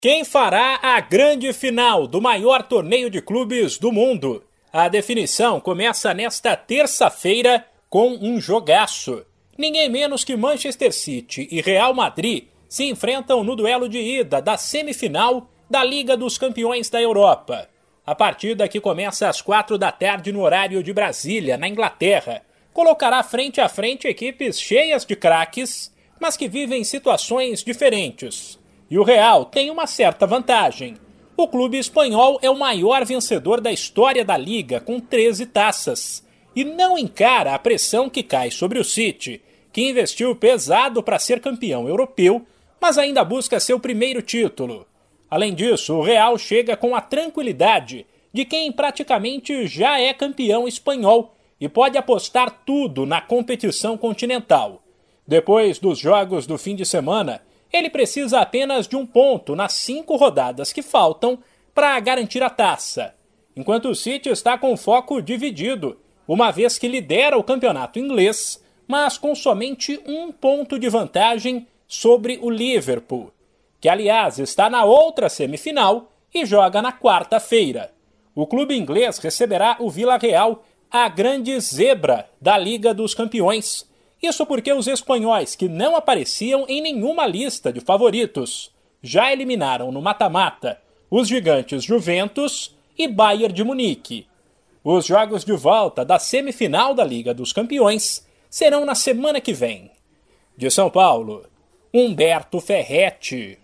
Quem fará a grande final do maior torneio de clubes do mundo? A definição começa nesta terça-feira com um jogaço. Ninguém menos que Manchester City e Real Madrid se enfrentam no duelo de ida da semifinal da Liga dos Campeões da Europa. A partida, que começa às 4 da tarde no horário de Brasília, na Inglaterra, colocará frente a frente equipes cheias de craques, mas que vivem situações diferentes. E o Real tem uma certa vantagem. O clube espanhol é o maior vencedor da história da Liga, com 13 taças, e não encara a pressão que cai sobre o City, que investiu pesado para ser campeão europeu, mas ainda busca seu primeiro título. Além disso, o Real chega com a tranquilidade de quem praticamente já é campeão espanhol e pode apostar tudo na competição continental. Depois dos jogos do fim de semana, ele precisa apenas de um ponto nas 5 rodadas que faltam para garantir a taça, enquanto o City está com foco dividido, uma vez que lidera o campeonato inglês, mas com somente um ponto de vantagem sobre o Liverpool, que aliás está na outra semifinal e joga na quarta-feira. O clube inglês receberá o Villarreal, a grande zebra da Liga dos Campeões. Isso porque os espanhóis, que não apareciam em nenhuma lista de favoritos, já eliminaram no mata-mata os gigantes Juventus e Bayern de Munique. Os jogos de volta da semifinal da Liga dos Campeões serão na semana que vem. De São Paulo, Humberto Ferretti.